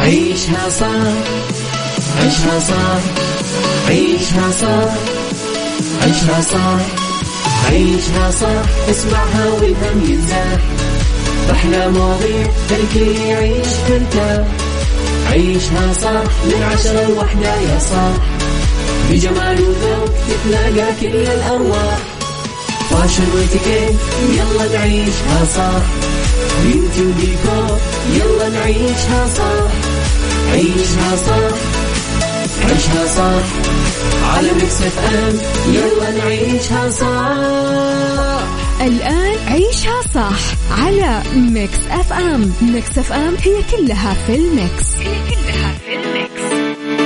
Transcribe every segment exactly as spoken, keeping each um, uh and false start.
عيشها صح عيشها صح عيشها صح عيشها صح عيشها صح اسمعها والهم ينزاح أحلى مواضيع الكل يعيش ترتاح عيشها صح من عشرة لوحدة يا صاح بجمال وذوق تتلاقى كل الأرواح فاشل واتيكيت يلا نعيشها صح بيوتي وديكور يلا نعيشها صح عيشها صح عيشها صح على ميكس اف ام يلا نعيشها صح. الآن عيشها صح على ميكس اف ام. ميكس اف ام هي كلها في الميكس هي كلها في الميكس.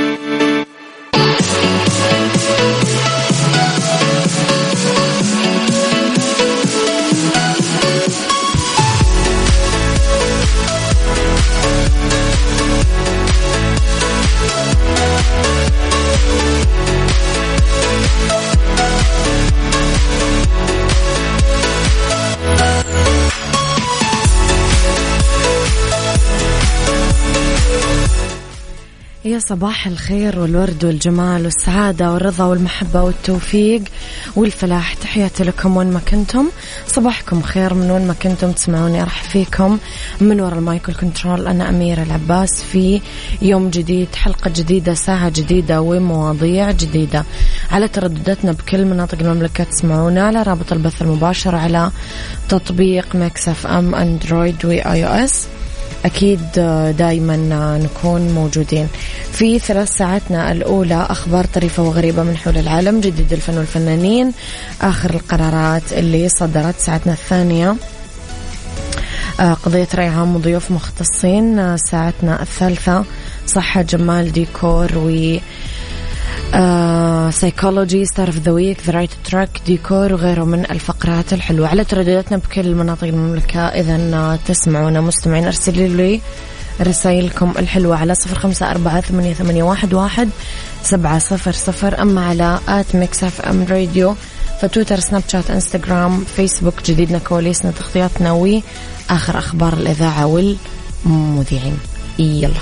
يا صباح الخير والورد والجمال والسعادة والرضا والمحبة والتوفيق والفلاح، تحياتي لكم وين ما كنتم. صباحكم خير من وين ما كنتم تسمعوني. أرحب فيكم من وراء المايكل كنترول، أنا أميرة العباس، في يوم جديد، حلقة جديدة، ساعة جديدة ومواضيع جديدة على تردداتنا بكل مناطق المملكة. تسمعونا على رابط البث المباشر على تطبيق ميكس اف ام اندرويد واي او اس. أكيد دايما نكون موجودين في ثلاث ساعاتنا الأولى. أخبار طريفة وغريبة من حول العالم، جديد الفن والفنانين، آخر القرارات اللي صدرت. ساعتنا الثانية قضية رأي عام وضيوف مختصين. ساعتنا الثالثة صحة جمال ديكور و سايكولوجي ستار اوف ذا ويك ذا رايت تراك ديكور وغيره من الفقرات الحلوة على تردداتنا بكل مناطق المملكة. إذا تسمعونا مستمعين أرسلوا لي رسائلكم الحلوة على صفر خمسة أربعة ثمانية ثمانية واحد واحد سبعة صفر صفر. أما على آت ميكس اف ام راديو فتويتر سناب شات انستغرام فيسبوك، جديدنا كواليسنا تغطياتنا وآخر أخبار الإذاعة والمذيعين. يلا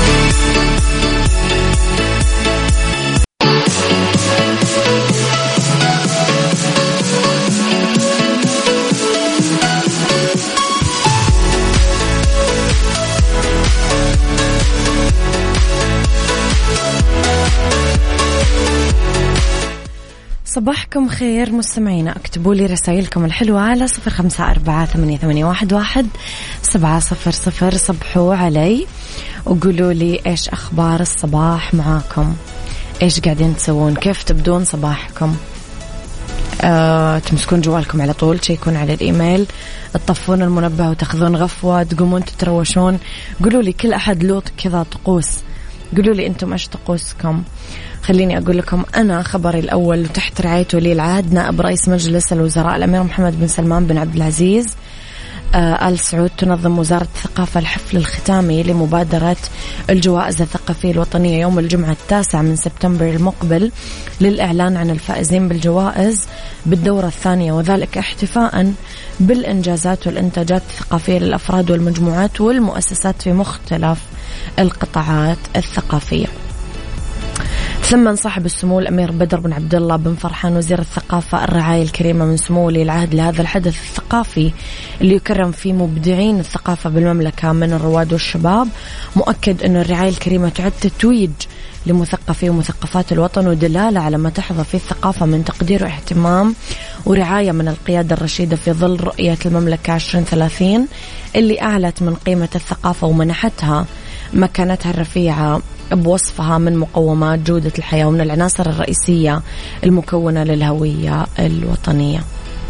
صباحكم خير مستمعينا. اكتبوا لي رسائلكم الحلوة على صفر خمسة أربعة ثمانية ثمانية واحد واحد سبعة صفر صفر. صبحوا علي وقولوا لي إيش أخبار الصباح معاكم، إيش قاعدين تسوون، كيف تبدون صباحكم. أه، تمسكون جوالكم على طول، تشيكون على الإيميل، تطفون المنبه وتاخذون غفوة، تقومون تتروشون. قولوا لي كل أحد له كذا طقوس، قولوا لي أنتم إيش طقوسكم. خليني أقول لكم أنا خبري الأول، وتحت رعاية ولي العهد نائب رئيس مجلس الوزراء الأمير محمد بن سلمان بن عبد العزيز آه آل سعود، تنظم وزارة الثقافة الحفل الختامي لمبادرة الجوائز الثقافية الوطنية يوم الجمعة التاسع من سبتمبر المقبل للإعلان عن الفائزين بالجوائز بالدورة الثانية، وذلك احتفاء بالإنجازات والإنتاجات الثقافية للأفراد والمجموعات والمؤسسات في مختلف القطاعات الثقافية. ثم صاحب السمو الأمير بدر بن عبد الله بن فرحان وزير الثقافة الرعاية الكريمة من سمو ولي العهد لهذا الحدث الثقافي اللي يكرم فيه مبدعين الثقافة بالمملكة من الرواد والشباب، مؤكد أن الرعاية الكريمة تعد تتويج لمثقفي ومثقفات الوطن ودلالة على ما تحظى فيه الثقافة من تقدير واهتمام ورعاية من القيادة الرشيدة في ظل رؤية المملكة عشرين ثلاثين اللي أعلت من قيمة الثقافة ومنحتها مكانتها الرفيعة بوصفها من مقومات جودة الحياة ومن العناصر الرئيسية المكونة للهوية الوطنية.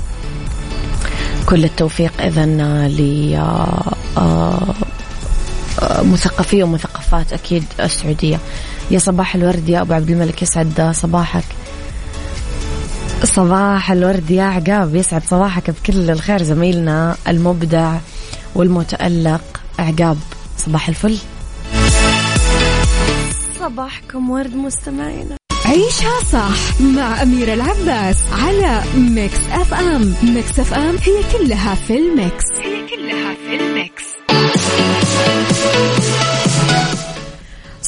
كل التوفيق إذن لمثقفي ومثقفات أكيد السعودية. يا صباح الورد يا أبو عبد الملك، يسعد صباحك. صباح الورد يا عقاب، يسعد صباحك بكل الخير. زميلنا المبدع والمتألق عقاب، صباح الفل. صباحكم ورد مستمعينا. عيشها صح مع أميرة العباس على ميكس اف ام. ميكس اف ام هي كلها في الميكس هي كلها في الميكس.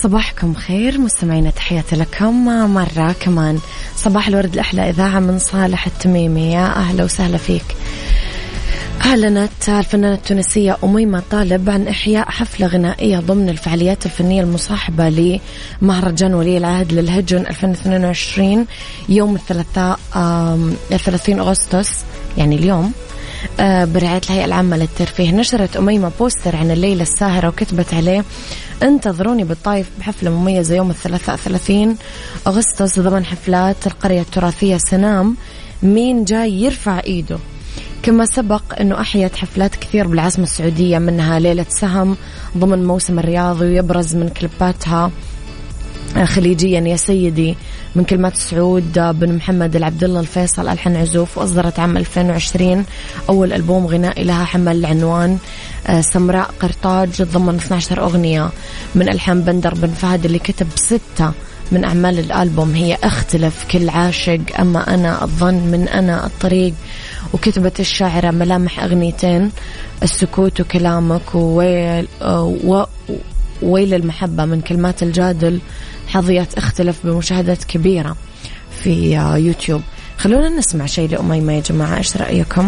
صباحكم خير مستمعين، تحياتي لكم مرة كمان. صباح الورد الأحلى إذاعة من صالح التميمي، يا أهلا وسهلا فيك. أعلنت الفنانة التونسية أميمة طالب عن إحياء حفلة غنائية ضمن الفعاليات الفنية المصاحبة لمهرجان ولي العهد للهجن ألفين واثنين وعشرين يوم الثلاثاء ثلاثين أغسطس، يعني اليوم، برعاية الهيئة العامة للترفيه. نشرت أميمة بوستر عن الليلة الساهرة وكتبت عليه: انتظروني بالطايف بحفلة مميزة يوم الثلاثاء ثلاثين أغسطس ضمن حفلات القرية التراثية سنام، مين جاي يرفع إيده. كما سبق أنه أحيت حفلات كثير بالعاصمة السعودية، منها ليلة سهم ضمن موسم الرياضي، ويبرز من كليباتها خليجيا يا سيدي من كلمات سعود بن محمد العبد الله الفيصل ألحن عزوف. وأصدرت عام ألفين وعشرين أول ألبوم غنائي لها حمل العنوان سمراء قرطاج، ضمن اثنتي عشرة أغنية من ألحان بندر بن فهد اللي كتب ستة من أعمال الألبوم هي اختلف، كل عاشق، أما أنا، الظن، من أنا، الطريق. وكتبت الشاعرة ملامح أغنيتين، السكوت وكلامك، وويل و... ويل المحبة من كلمات الجادل، حظيت اختلف بمشاهدات كبيرة في يوتيوب. خلونا نسمع شيء لأميمة يا جماعة، ايش رأيكم؟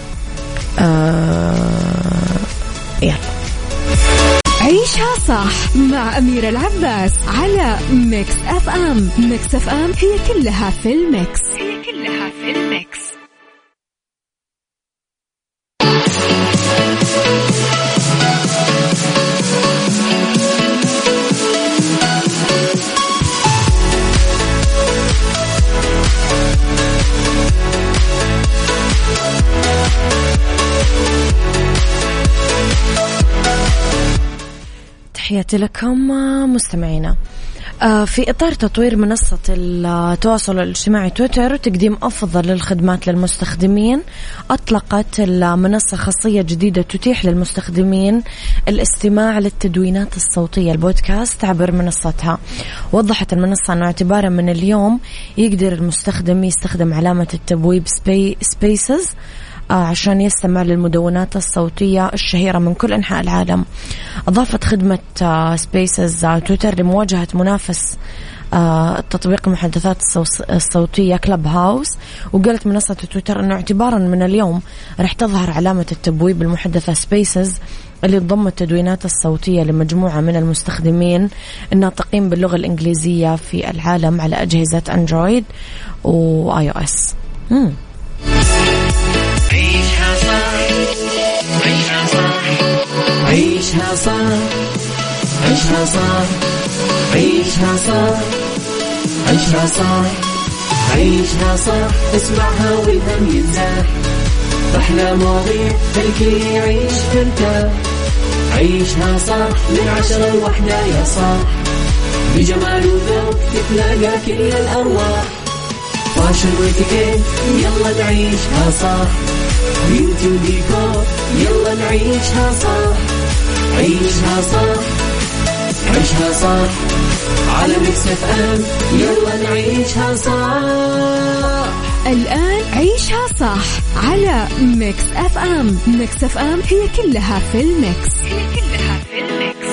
آه... يلا عيشها صح مع أميرة العباس على ميكس أف أم. ميكس أف أم هي كلها في الميكس، هي كلها في الميكس. تحياتي لكم مستمعينا. في إطار تطوير منصة التواصل الاجتماعي تويتر وتقديم أفضل الخدمات للمستخدمين، أطلقت المنصة خاصية جديدة تتيح للمستخدمين الاستماع للتدوينات الصوتية البودكاست عبر منصتها. وضحت المنصة أنه اعتبارا من اليوم يقدر المستخدم يستخدم علامة التبويب سبي سبيسز عشان يستمع للمدونات الصوتية الشهيرة من كل أنحاء العالم. أضافت خدمة سبيسز تويتر لمواجهة منافس التطبيق المحادثات الصوتية كلاب هاوس. وقالت منصة تويتر أنه اعتبارا من اليوم رح تظهر علامة التبويب المحدثة سبيسز اللي تضم التدوينات الصوتية لمجموعة من المستخدمين الناطقين باللغة الإنجليزية في العالم على أجهزة أندرويد وآي أو إس. مم. عيشها صح، عيشها صح، عيشها صح، عيشها صح، عيشها صح، عيشها صح، عيشها صح، اسمعها والهم ينزاح، أحلى مواضيع الكل يعيش ترتاح. عيشها صح من عشرة لوحدة يا صاح، بجمال وذوق تتلاقى كل الأرواح، فاشل واتيكيت يلا نعيشها صح، بيوتي وديكور يلا نعيشها صح. عيشها صح، عيشها صح، على ميكس اف ام يلا نعيشها صح. الآن عيشها صح على ميكس اف ام. ميكس اف ام هي كلها في الميكس، هي كلها في الميكس.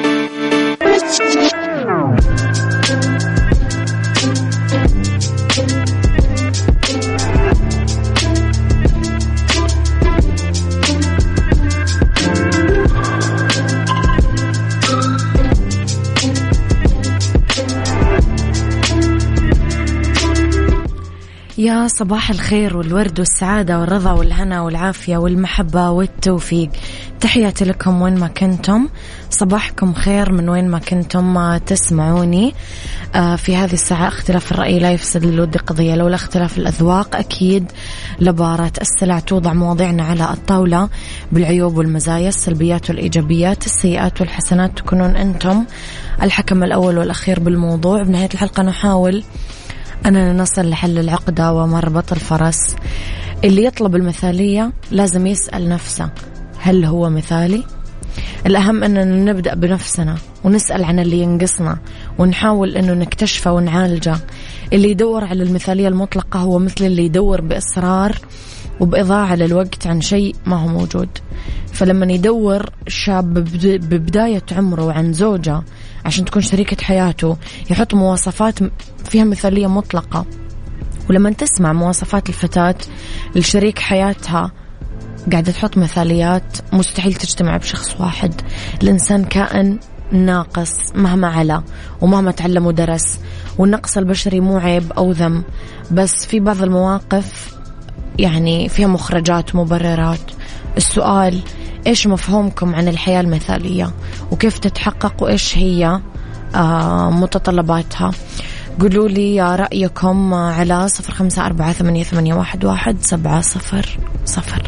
يا صباح الخير والورد والسعادة والرضا والهنا والعافية والمحبة والتوفيق. تحياتي لكم وين ما كنتم، صباحكم خير من وين ما كنتم تسمعوني. في هذه الساعة اختلاف الرأي لا يفسد للود قضية، لولا اختلاف الأذواق أكيد لبارة السلع. توضع مواضيعنا على الطاولة بالعيوب والمزايا، السلبيات والإيجابيات، السيئات والحسنات، تكونون أنتم الحكم الأول والأخير بالموضوع. بنهاية الحلقة نحاول أننا نصل لحل العقدة ومربط الفرس. اللي يطلب المثالية لازم يسأل نفسه هل هو مثالي؟ الأهم أننا نبدأ بنفسنا ونسأل عن اللي ينقصنا ونحاول أنه نكتشفه ونعالجه. اللي يدور على المثالية المطلقة هو مثل اللي يدور بإصرار وبإضاعة للوقت عن شيء ما هو موجود. فلما يدور الشاب ببداية عمره عن زوجة عشان تكون شريكة حياته يحط مواصفات فيها مثالية مطلقة، ولما تسمع مواصفات الفتاة لشريك حياتها قاعدة تحط مثاليات مستحيل تجتمع بشخص واحد. الإنسان كائن ناقص مهما علا ومهما تعلم ودرس، والنقص البشري مو عيب أو ذم، بس في بعض المواقف يعني فيها مخرجات ومبررات. السؤال إيش مفهومكم عن الحياة المثالية وكيف تتحقق وإيش هي آه متطلباتها؟ قولوا لي رأيكم على صفر خمسة أربعة ثمانية ثمانية واحد واحد سبعة صفر صفر.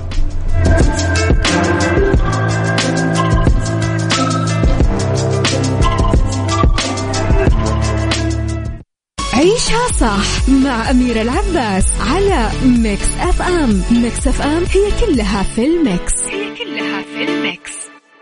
عيشها صح مع أميرة العباس على ميكس أف أم. ميكس أف أم هي كلها في الميكس، هي كلها في الميكس.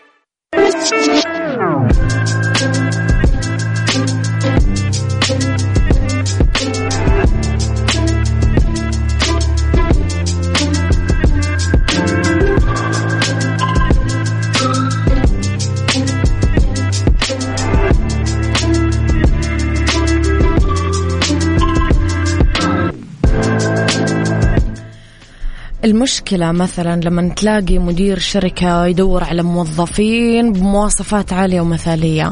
المشكلة مثلا لما تلاقي مدير شركة يدور على موظفين بمواصفات عالية ومثالية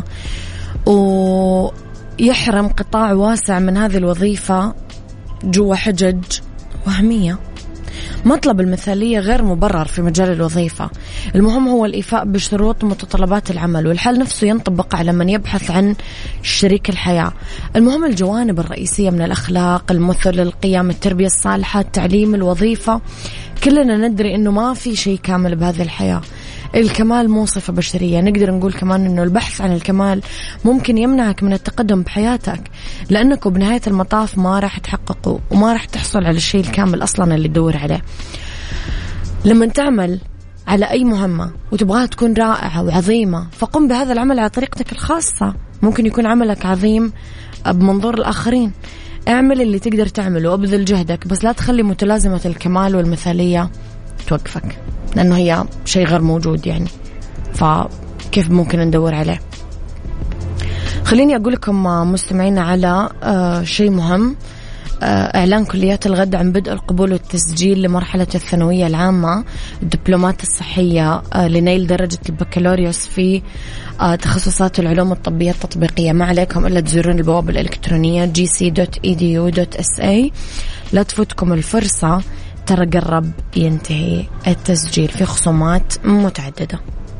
ويحرم قطاع واسع من هذه الوظيفة جوا حجج وهمية. مطلب المثالية غير مبرر في مجال الوظيفة، المهم هو الإيفاء بشروط متطلبات العمل، والحال نفسه ينطبق على من يبحث عن شريك الحياة. المهم الجوانب الرئيسية من الأخلاق، المثل، القيم، التربية الصالحة، التعليم، الوظيفة. كلنا ندري إنه ما في شيء كامل بهذه الحياة، الكمال مو صفة بشرية. نقدر نقول كمان إنه البحث عن الكمال ممكن يمنعك من التقدم بحياتك، لأنك بنهاية المطاف ما راح تحققه وما راح تحصل على الشيء الكامل أصلا اللي تدور عليه. لما تعمل على أي مهمة وتبغاها تكون رائعة وعظيمة فقم بهذا العمل على طريقتك الخاصة. ممكن يكون عملك عظيم بمنظور الآخرين، اعمل اللي تقدر تعمله وابذل جهدك، بس لا تخلي متلازمة الكمال والمثالية توقفك، لأنه هي شيء غير موجود يعني، فكيف ممكن ندور عليه؟ خليني أقول لكم مستمعين على شيء مهم. إعلان كليات الغد عن بدء القبول والتسجيل لمرحلة الثانوية العامة الدبلومات الصحية لنيل درجة البكالوريوس في تخصصات العلوم الطبية التطبيقية. ما عليكم إلا تزورون البوابة الإلكترونية جي سي دوت إي دي يو دوت إس إيه. لا تفوتكم الفرصة، ترى قرب ينتهي التسجيل في خصومات متعددة.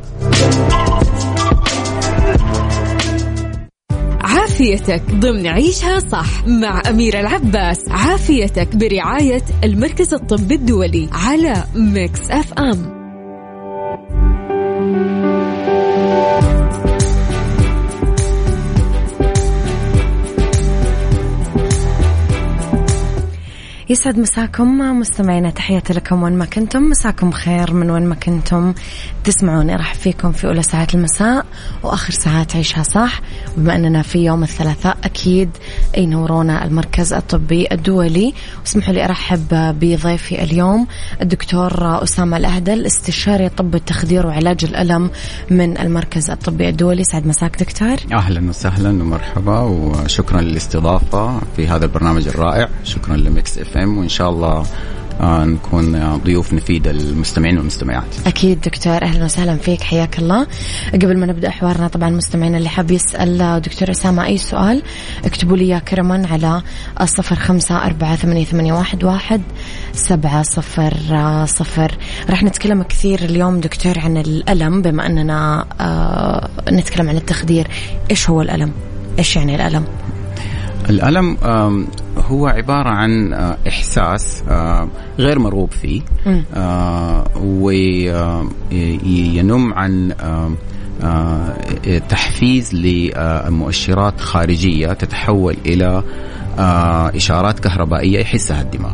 عافيتك ضمن عيشها صح مع أميرة العباس. عافيتك برعاية المركز الطبي الدولي على ميكس أف أم. يسعد مساكم مستمعينا، تحياتي لكم وين ما كنتم، مساكم خير من وين ما كنتم تسمعوني. راح فيكم في أولى ساعات المساء وآخر ساعات عيشها صح. بما أننا في يوم الثلاثاء أكيد ينورونا المركز الطبي الدولي، واسمحوا لي أرحب بضيفي اليوم الدكتور أسامة الأهدل، استشاري طب التخدير وعلاج الألم من المركز الطبي الدولي. سعد مساك دكتور. أهلا وسهلا ومرحبا، وشكرا للاستضافة في هذا البرنامج الرائع. شكرا لميكس اف ام، وإن شاء الله آه نكون ضيوف نفيد المستمعين والمستمعات. أكيد دكتور، أهلا وسهلا فيك، حياك الله. قبل ما نبدأ حوارنا طبعا مستمعين اللي حاب يسأل دكتور أسامة أي سؤال اكتبوا لي كرما على الصفر خمسة أربعة ثمانية ثمانية واحد واحد سبعة صفر صفر. رح نتكلم كثير اليوم دكتور عن الألم، بما أننا آه نتكلم عن التخدير. إيش هو الألم؟ إيش يعني الألم؟ الألم هو عبارة عن إحساس غير مرغوب فيه، وينم عن تحفيز لمؤشرات خارجية تتحول إلى إشارات كهربائية يحسها الدماغ.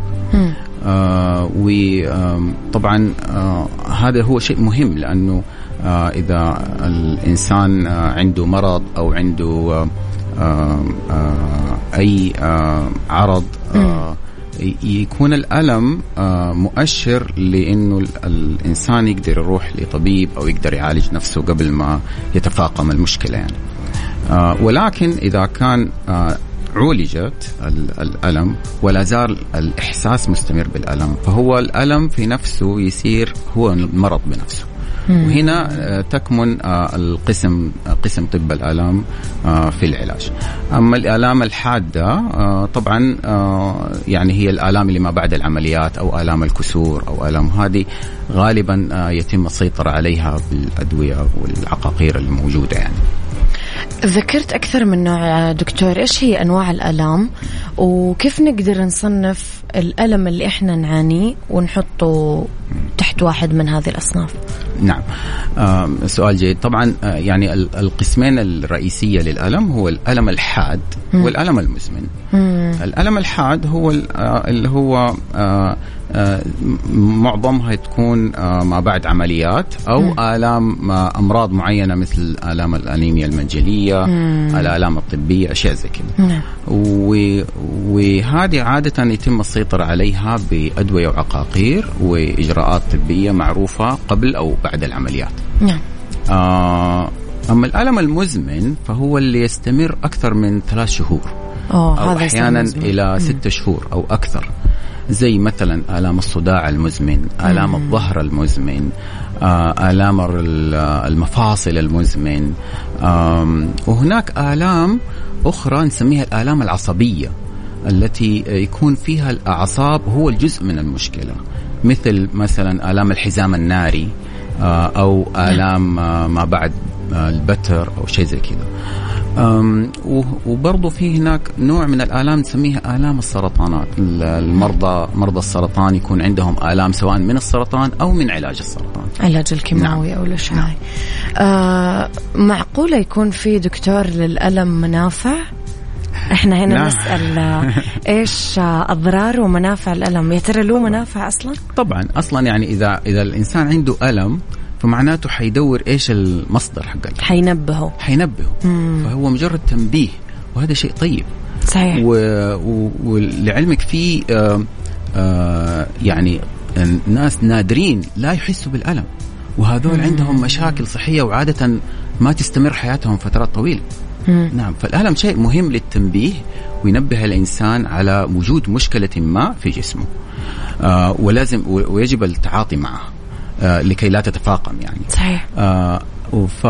وطبعا هذا هو شيء مهم، لأنه إذا الإنسان عنده مرض أو عنده آه آه أي آه عرض آه يكون الألم مؤشر لأنه الإنسان يقدر يروح لطبيب أو يقدر يعالج نفسه قبل ما يتفاقم المشكلة يعني. ولكن إذا كان عولجت الألم ولا زال الإحساس مستمر بالألم، فهو الألم في نفسه يصير هو المرض بنفسه. وهنا تكمن القسم قسم طب الآلام في العلاج. أما الآلام الحادة طبعا يعني هي الآلام اللي ما بعد العمليات أو آلام الكسور أو آلام هذه غالبا يتم السيطرة عليها بالأدوية والعقاقير الموجودة يعني. ذكرت أكثر من نوع دكتور، إيش هي أنواع الألام وكيف نقدر نصنف الألم اللي إحنا نعانيه ونحطه تحت واحد من هذه الأصناف؟ نعم، آه سؤال جيد. طبعا آه يعني القسمين الرئيسية للألم هو الألم الحاد م. والألم المزمن. م. الألم الحاد هو آه اللي هو آه آه معظمها تكون آه ما بعد عمليات أو م. آلام آه أمراض معينة مثل آلام الأنيميا المنجلية، م. الآلام الطبية، أشياء زي كده. م. وهذه عادة يتم السيطرة عليها بأدوية وعقاقير وإجراءات طبية معروفة قبل أو بعد العمليات. نعم. آه أما الألم المزمن فهو اللي يستمر أكثر من ثلاث شهور أو أحيانا إلى ستة شهور أو أكثر، زي مثلا آلام الصداع المزمن، آلام مم. الظهر المزمن، آه آلام المفاصل المزمن، وهناك آلام أخرى نسميها الآلام العصبية التي يكون فيها الأعصاب هو الجزء من المشكلة، مثل مثلا آلام الحزام الناري أو آلام ما بعد البتر أو شيء زي كذا. وبرضو في هناك نوع من الآلام نسميها آلام السرطانات. المرضى مرضى السرطان يكون عندهم آلام سواء من السرطان أو من علاج السرطان، علاج الكيماوي. نعم. أو الإشعاعي. نعم. آه معقولة يكون في دكتور للألم منافع؟ احنا هنا لا. نسأل ايش اضرار ومنافع الألم، يا ترى له منافع اصلا؟ طبعا اصلا يعني اذا اذا الانسان عنده ألم فمعناته حيدور ايش المصدر حق الألم، حينبهه حينبهه مم. فهو مجرد تنبيه، وهذا شيء طيب. صحيح. ولعلمك في آه آه يعني ناس نادرين لا يحسوا بالألم، وهذول مم. عندهم مشاكل صحية وعادة ما تستمر حياتهم فترات طويلة. مم. نعم، فالألم شيء مهم للتنبيه وينبه الإنسان على وجود مشكلة ما في جسمه، آه ولازم ويجب التعاطي معها آه لكي لا تتفاقم يعني. صحيح. آه ف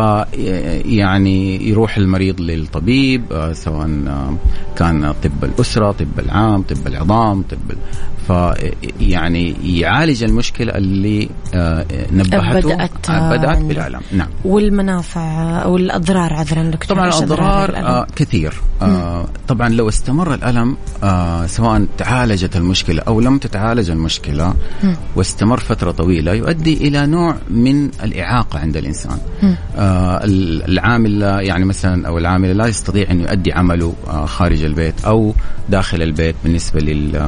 يعني يروح المريض للطبيب آه سواء آه كان طب الأسرة، طب العام، طب العظام، طب ف يعني يعالج المشكلة اللي آه نبهته بدأت, بدأت بالألم. نعم. والمنافع والأضرار عذرا دكتور؟ طبعا الأضرار آه كثير. آه طبعا لو استمر الألم آه سواء تعالجت المشكلة أو لم تتعالج المشكلة م. واستمر فترة طويلة يؤدي إلى نوع من الإعاقة عند الإنسان. آه العامل يعني مثلا أو العامل لا يستطيع أن يؤدي عمله آه خارج البيت أو داخل البيت. بالنسبة لل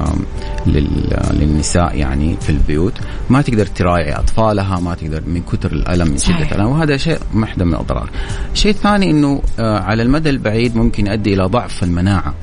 للنساء يعني في البيوت ما تقدر تراعي أطفالها، ما تقدر من كتر الألم، من شدة الألم، وهذا شيء واحدة من الأضرار. شيء ثاني إنه آه على المدى البعيد ممكن يؤدي إلى ضعف المناعة،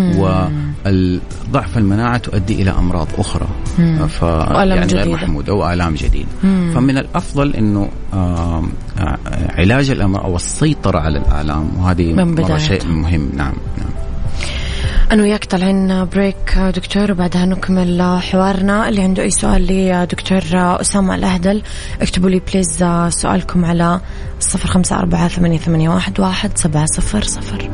وضعف المناعة تؤدي إلى أمراض أخرى ف يعني غير محمودة أو آلام جديدة. مم. فمن الأفضل إنه آه علاج الأمراض أو السيطرة على الآلام، وهذه مرة شيء مهم. نعم نعم. أنا وياك طالعين بريك دكتور، وبعدها نكمل حوارنا. اللي عنده أي سؤال لي دكتور أسامة الأهدل اكتبوا لي بليز سؤالكم على صفر خمسة أربعة ثمانية ثمانية واحد واحد سبعة صفر صفر.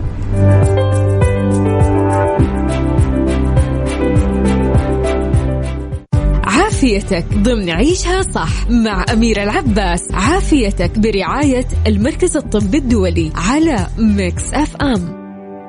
عافيتك ضمن عيشها صح مع أميرة العباس. عافيتك برعاية المركز الطبي الدولي على ميكس أف أم.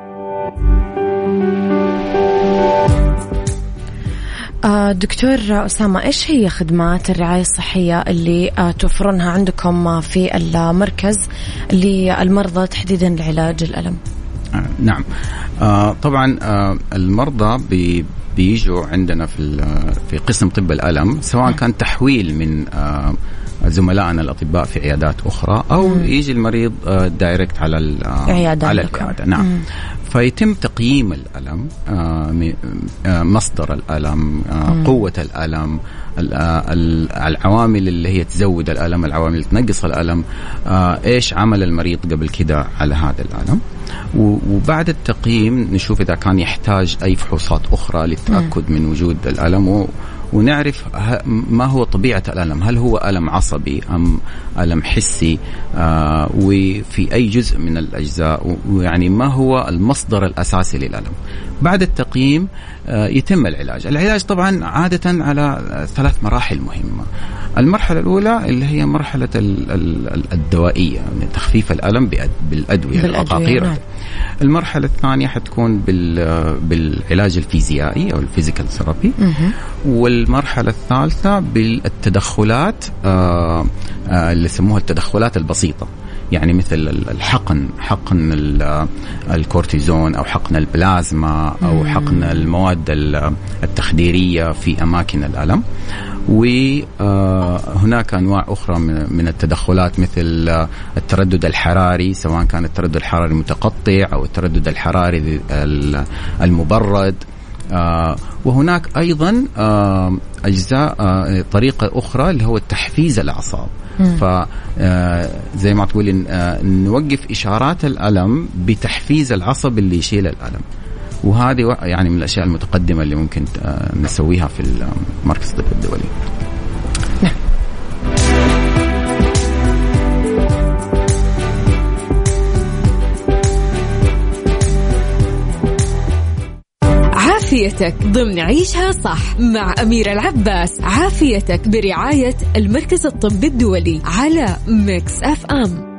دكتور أسامة، إيش هي خدمات الرعاية الصحية اللي توفرونها عندكم في المركز للمرضى تحديدا لعلاج الألم؟ نعم، طبعا المرضى بي بيجوا عندنا في في قسم طب الألم، سواء كان تحويل من زملائنا الأطباء في عيادات أخرى، أو مم. يجي المريض دايركت على العيادة على العيادة. نعم. مم. فيتم تقييم الألم، مصدر الألم، قوة الألم، العوامل اللي هي تزود الألم، العوامل اللي تنقص الألم، إيش عمل المريض قبل كده على هذا الألم. وبعد التقييم نشوف إذا كان يحتاج أي فحوصات أخرى للتأكد من وجود الألم، ونعرف ما هو طبيعة الألم، هل هو ألم عصبي أم ألم حسي، آه وفي أي جزء من الأجزاء، ويعني ما هو المصدر الأساسي للألم. بعد التقييم آه يتم العلاج. العلاج طبعا عادة على ثلاث مراحل مهمة. المرحلة الأولى اللي هي مرحلة الدوائية، يعني تخفيف الألم بالأدوية العقاقير. نعم. المرحلة الثانية حتكون بالعلاج الفيزيائي أو الفيزيكال ثيرابي. والمرحلة الثالثة بالتدخلات آه آه اللي يسموها التدخلات البسيطة، يعني مثل الحقن، حقن الكورتيزون أو حقن البلازما أو حقن المواد التخديرية في أماكن الألم. وهناك أنواع أخرى من التدخلات مثل التردد الحراري، سواء كان التردد الحراري المتقطع أو التردد الحراري المبرد. وهناك أيضا أجزاء طريقة أخرى اللي هو التحفيز الأعصاب. فزي ما تقول نوقف إشارات الألم بتحفيز العصب اللي يشيل الألم. وهذه يعني من الأشياء المتقدمة اللي ممكن نسويها في المركز الطبي الدولي. نعم. عافيتك ضمن عيشها صح مع أميرة العباس. عافيتك برعاية المركز الطبي الدولي على ميكس أف أم.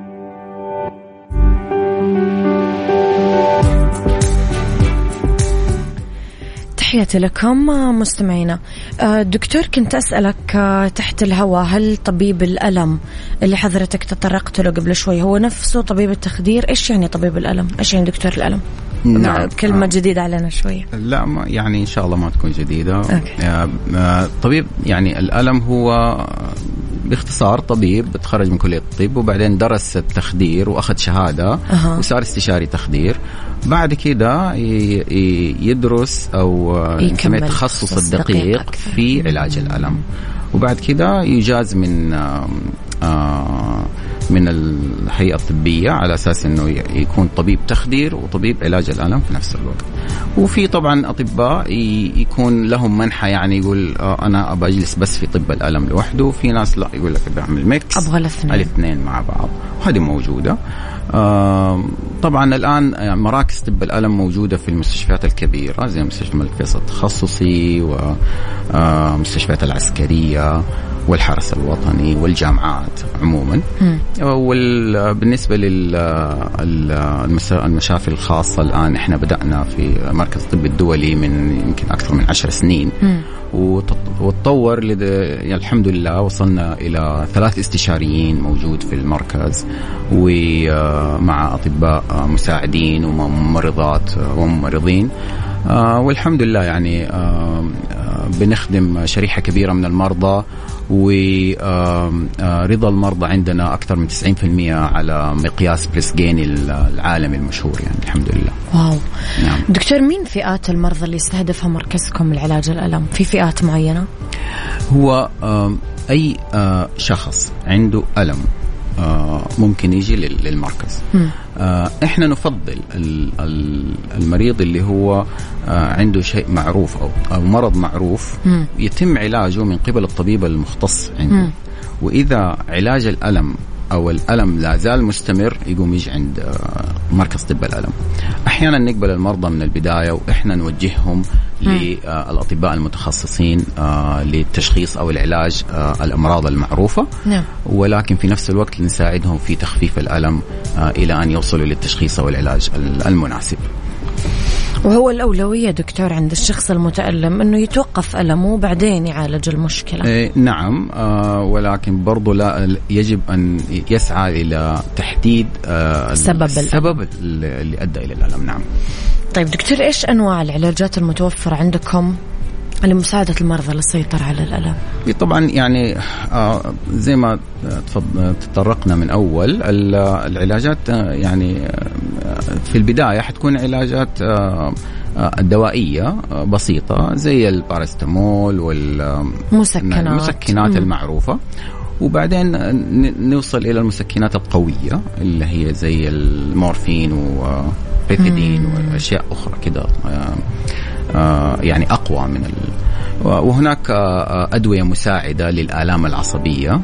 تحياتي لكم مستمعينا. دكتور، كنت أسألك تحت الهواء، هل طبيب الألم اللي حضرتك تطرقت له قبل شوي هو نفسه طبيب التخدير؟ إيش يعني طبيب الألم؟ إيش يعني دكتور الألم؟ نعم. كلمة جديدة علينا شوية. لا، ما يعني إن شاء الله ما تكون جديدة. أوكي. طبيب يعني الألم هو باختصار طبيب بتخرج من كلية الطب وبعدين درس التخدير وأخذ شهادة أه. وصار استشاري تخدير. بعد كده يدرس أو يسميه تخصص الدقيق في علاج الألم، وبعد كده يجاز من من الهيئة الطبية على أساس أنه يكون طبيب تخدير وطبيب علاج الألم في نفس الوقت. وفي طبعا أطباء يكون لهم منحة، يعني يقول أنا أبغى أجلس بس في طب الألم لوحده، وفي ناس لا يقول لك بعمل ميكس، أبغى الاثنين الاثنين مع بعض، وهذه موجودة. آه طبعا الآن مراكز طب الألم موجودة في المستشفيات الكبيرة زي مستشفى الملك فيصل التخصصي ومستشفيات العسكرية والحرس الوطني والجامعات عموما. وبالنسبة للمشافي الخاصة الآن احنا بدأنا في مركز الطب الدولي من يمكن أكثر من عشر سنين، وتطور يعني الحمد لله وصلنا إلى ثلاث استشاريين موجود في المركز، ومع أطباء مساعدين وممرضات وممرضين. آه والحمد لله يعني آه آه بنخدم شريحة كبيرة من المرضى، ورضا المرضى عندنا أكثر من تسعين بالمئة على مقياس بريسجيني العالمي المشهور، يعني الحمد لله. واو. نعم. دكتور، مين فئات المرضى اللي يستهدفها مركزكم لعلاج الألم؟ في فئات معينة؟ هو أي شخص عنده ألم ممكن يجي للمركز. احنا نفضل المريض اللي هو عنده شيء معروف او مرض معروف يتم علاجه من قبل الطبيب المختص عنده، واذا علاج الألم أو الألم لا زال مستمر يقوم يجي عند مركز طب الألم. أحيانا نقبل المرضى من البداية وإحنا نوجههم للأطباء المتخصصين للتشخيص أو العلاج الأمراض المعروفة، ولكن في نفس الوقت نساعدهم في تخفيف الألم إلى أن يوصلوا للتشخيص أو العلاج المناسب. وهو الأولوية دكتور عند الشخص المتألم أنه يتوقف ألمه وبعدين يعالج المشكلة. إيه نعم، آه ولكن برضو لا يجب أن يسعى إلى تحديد آه السبب, السبب اللي أدى إلى الألم. نعم. طيب دكتور، إيش أنواع العلاجات المتوفرة عندكم لمساعدة المرضى للسيطرة على الألم؟ طبعا يعني آه زي ما تطرقنا من أول العلاجات يعني في البداية حتكون علاجات آه الدوائية بسيطة زي البارستامول والمسكنات المعروفة، وبعدين نوصل إلى المسكنات القوية اللي هي زي المورفين وبيثيدين وأشياء أخرى كده يعني أقوى من ال... وهناك أدوية مساعدة للآلام العصبية.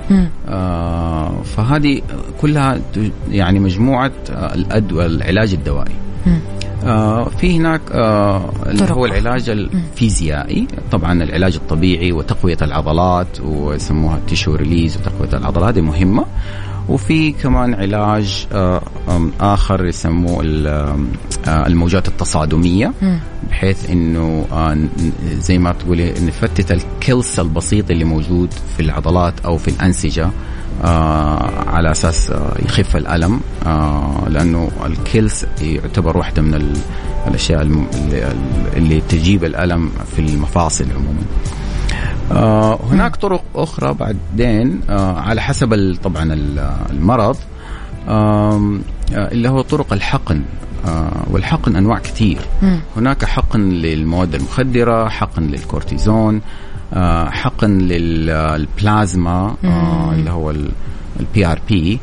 فهذه كلها يعني مجموعة الأدوية العلاج الدوائي. آه في هناك آه اللي هو العلاج الفيزيائي، طبعا العلاج الطبيعي وتقوية العضلات ويسموها تيشو ريليز وتقوية العضلات، هذه مهمة. وفي كمان علاج آه آخر يسموه الموجات التصادمية، بحيث إنه آه زي ما تقولي نفتت الكلس البسيط اللي موجود في العضلات أو في الأنسجة آه على أساس آه يخف الألم، آه لأنه الكيلس يعتبر واحدة من الأشياء اللي, اللي تجيب الألم في المفاصل عموما. آه هناك طرق أخرى بعدين آه على حسب طبعا المرض، آه اللي هو طرق الحقن. آه والحقن أنواع كتير. هناك حقن للمواد المخدرة، حقن للكورتيزون، آه حقن للبلازما آه اللي هو البي ار بي،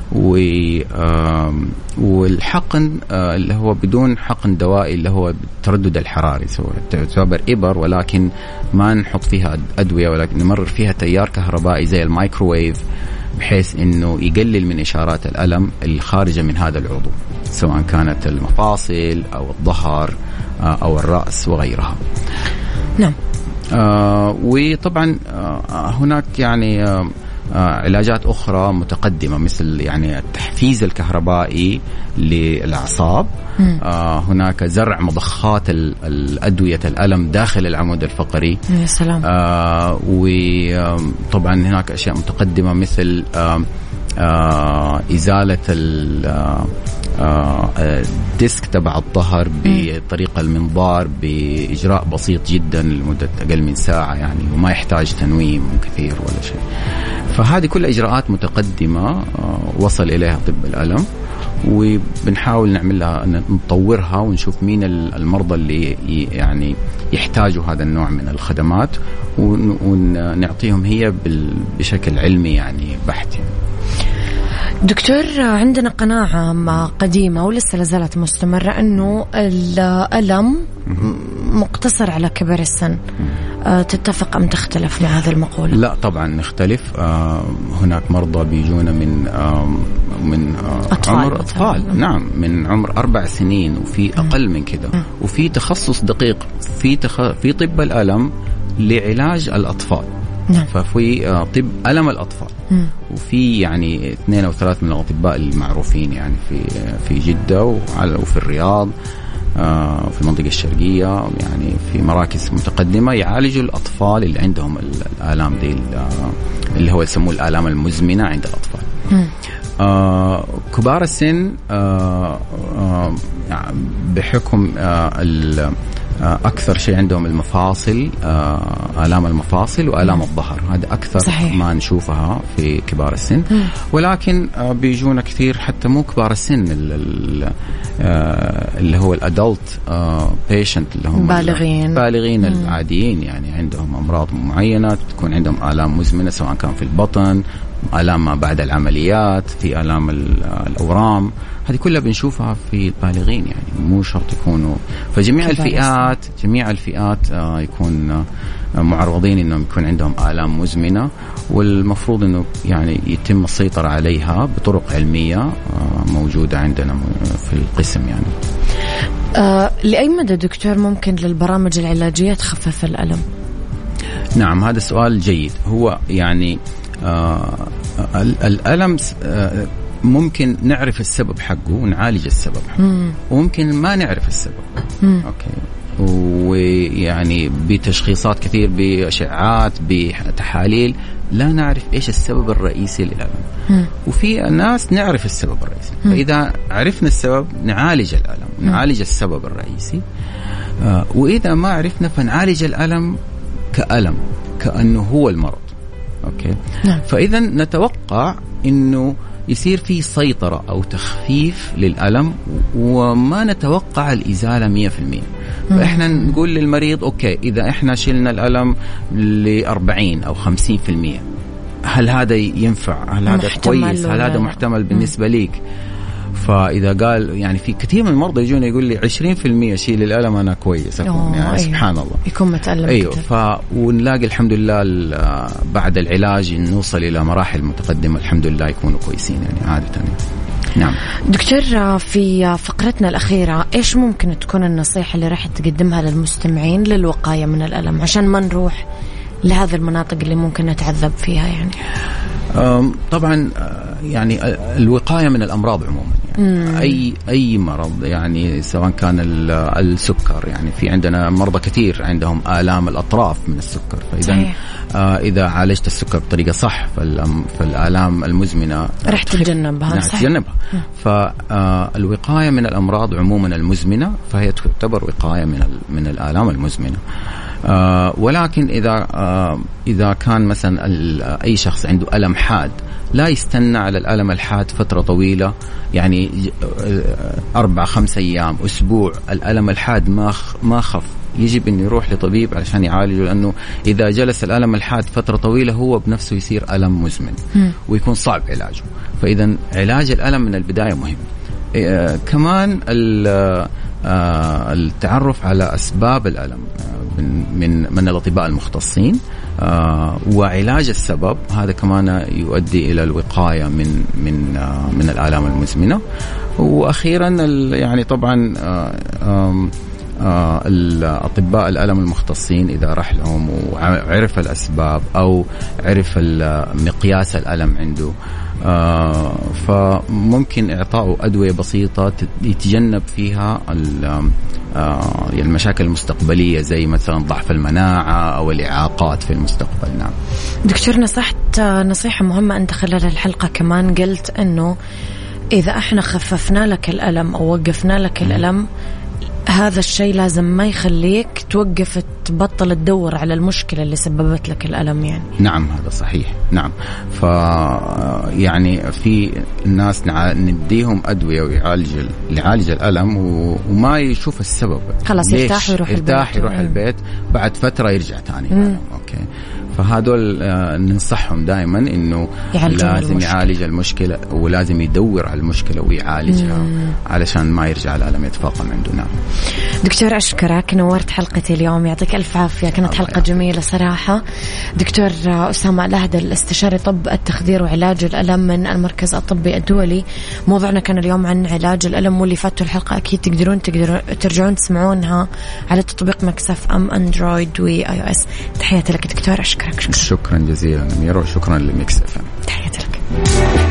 والحقن آه اللي هو بدون حقن دوائي اللي هو بالتردد الحراري، سواء تعتبر إبر ولكن ما نحط فيها أدوية ولكن نمرر فيها تيار كهربائي زي المايكروويف، بحيث إنه يقلل من إشارات الألم الخارجة من هذا العضو، سواء كانت المفاصل أو الظهر آه أو الرأس وغيرها. نعم. آه وطبعا آه هناك يعني آه علاجات أخرى متقدمة مثل يعني التحفيز الكهربائي للأعصاب. آه هناك زرع مضخات الأدوية الألم داخل العمود الفقري. يا سلام. آه وطبعا هناك أشياء متقدمة مثل آه آه إزالة الديسك تبع الظهر بطريقة المنظار بإجراء بسيط جدا لمدة أقل من ساعة يعني، وما يحتاج تنويم كثير ولا شيء. فهذه كل إجراءات متقدمة وصل إليها طب الألم، وبنحاول نعملها نطورها ونشوف مين المرضى اللي يعني يحتاجوا هذا النوع من الخدمات ونعطيهم هي بشكل علمي يعني بحت. دكتور، عندنا قناعة قديمة ولسه لازالت مستمرة أنه الألم مقتصر على كبر السن. تتفق أم تختلف مع هذا المقولة؟ لا طبعا نختلف. هناك مرضى بيجونا من من أطفال عمر أطفال، نعم، من عمر أربع سنين وفي أقل من كده، وفي تخصص دقيق في تخ... في طب الألم لعلاج الأطفال. نعم. ففي طب ألم الأطفال. م. وفي يعني اثنين أو ثلاث من الأطباء المعروفين يعني في في جدة وفي الرياض في المنطقة الشرقية، يعني في مراكز متقدمة يعالجوا الأطفال اللي عندهم الآلام دي اللي هو يسموه الآلام المزمنة عند الأطفال. م. آه كبار السن آه آه بحكم آه أكثر شيء عندهم المفاصل، آلام المفاصل وآلام الظهر، هذا أكثر صحيح. ما نشوفها في كبار السن. م. ولكن بيجونا كثير حتى مو كبار السن اللي هو الأدلت بيشنت اللي هم بالغين بالغين م. العاديين، يعني عندهم أمراض معينة تكون عندهم آلام مزمنة سواء كان في البطن، آلام ما بعد العمليات، في آلام الأورام، هذه كلها بنشوفها في البالغين يعني مو شرط يكونوا. فجميع الفئات جميع الفئات آه يكون آه معرضين انهم يكون عندهم آلام مزمنة، والمفروض انه يعني يتم السيطرة عليها بطرق علمية آه موجودة عندنا في القسم يعني. آه لأي مدى دكتور ممكن للبرامج العلاجية تخفف الألم؟ نعم، هذا سؤال جيد. هو يعني آه الألم آه ممكن نعرف السبب حقه ونعالج السبب حقه، وممكن ما نعرف السبب. مم. أوكي. ويعني بتشخيصات كثير، بأشعات، بتحاليل، لا نعرف إيش السبب الرئيسي للألم. مم. وفي ناس نعرف السبب الرئيسي. مم. فإذا عرفنا السبب نعالج الألم، نعالج السبب الرئيسي. آه وإذا ما عرفنا فنعالج الألم كألم كأنه هو المرض. أوكي. نعم. فإذا نتوقع إنه يصير في سيطرة أو تخفيف للألم وما نتوقع الإزالة مية في المية. فإحنا نقول للمريض أوكي إذا إحنا شلنا الألم لأربعين أو خمسين في المية هل هذا ينفع؟ هل هذا كويس؟ هل هذا محتمل بالنسبة ليك؟ فإذا قال يعني في كثير من المرضى يجون يقول لي عشرين في المية شيل الألم أنا كويس أكون يعني أيوه. سبحان الله يكون متألم أيوه. ف ونلاقي الحمد لله بعد العلاج نوصل إلى مراحل متقدمة الحمد لله يكونوا كويسين يعني عادة. نعم دكتور، في فقرتنا الأخيرة إيش ممكن تكون النصيحة اللي راح تقدمها للمستمعين للوقاية من الألم عشان ما نروح لهذه المناطق اللي ممكن نتعذب فيها يعني؟ طبعا يعني الوقاية من الأمراض عموما يعني أي أي مرض يعني سواء كان السكر يعني في عندنا مرضى كثير عندهم آلام الأطراف من السكر، فإذا آه إذا عالجت السكر بطريقة صح فالآلام المزمنة راح تتجنبها. صح تتجنبها. فالوقاية من الأمراض عموما المزمنة فهي تعتبر وقاية من من الآلام المزمنة. آه ولكن إذا آه إذا كان مثلا أي شخص عنده ألم حاد لا يستنى على الألم الحاد فترة طويلة يعني أربع خمس أيام أسبوع الألم الحاد ما ما خف يجب أن يروح لطبيب علشان يعالجه، لأنه إذا جلس الألم الحاد فترة طويلة هو بنفسه يصير ألم مزمن ويكون صعب علاجه. فإذا علاج الألم من البداية مهم. آه كمان آه التعرف على أسباب الألم من من من الأطباء المختصين آه وعلاج السبب هذا كمان يؤدي إلى الوقاية من من آه من الآلام المزمنة. وأخيرا يعني طبعا آه آه آه الأطباء الألم المختصين إذا راح لهم وعرف الأسباب أو عرف مقياس الألم عنده آه فممكن إعطائه أدوية بسيطة يتجنب فيها آه المشاكل المستقبلية زي مثلا ضعف المناعة أو الإعاقات في المستقبل. نعم دكتور، نصحت نصيحة مهمة أنت خلال الحلقة كمان قلت أنه إذا إحنا خففنا لك الألم أو وقفنا لك الألم هذا الشيء لازم ما يخليك توقف تبطل تدور على المشكلة اللي سببت لك الألم يعني. نعم هذا صحيح. نعم ف يعني في الناس نديهم أدوية ويعالج يعالج الألم وما يشوف السبب خلاص يرتاح ويروح البيت يرتاح يروح البيت بعد فترة يرجع تاني. أوكي فهذول ننصحهم دائما إنه لازم المشكلة. يعالج المشكلة ولازم يدور على المشكلة ويعالجها مم. علشان ما يرجع الألم يتفاقم عنده. نعم دكتور أشكرك، نورت حلقتي اليوم، يعطيك ألف عافية، كانت حلقة يعطيك. جميلة صراحة. دكتور أسامة الأهدى الاستشاري طب التخدير وعلاج الألم من المركز الطبي الدولي. موضوعنا كان اليوم عن علاج الألم، واللي فاتوا الحلقة أكيد تقدرون تقدرون ترجعون تسمعونها على تطبيق ميكس اف ام اندرويد واي او اس. تحياتي لك دكتور، أشكرك. شكرا, شكرا جزيلا أميرة وشكرا لميكس اف ام. تحياتي لك.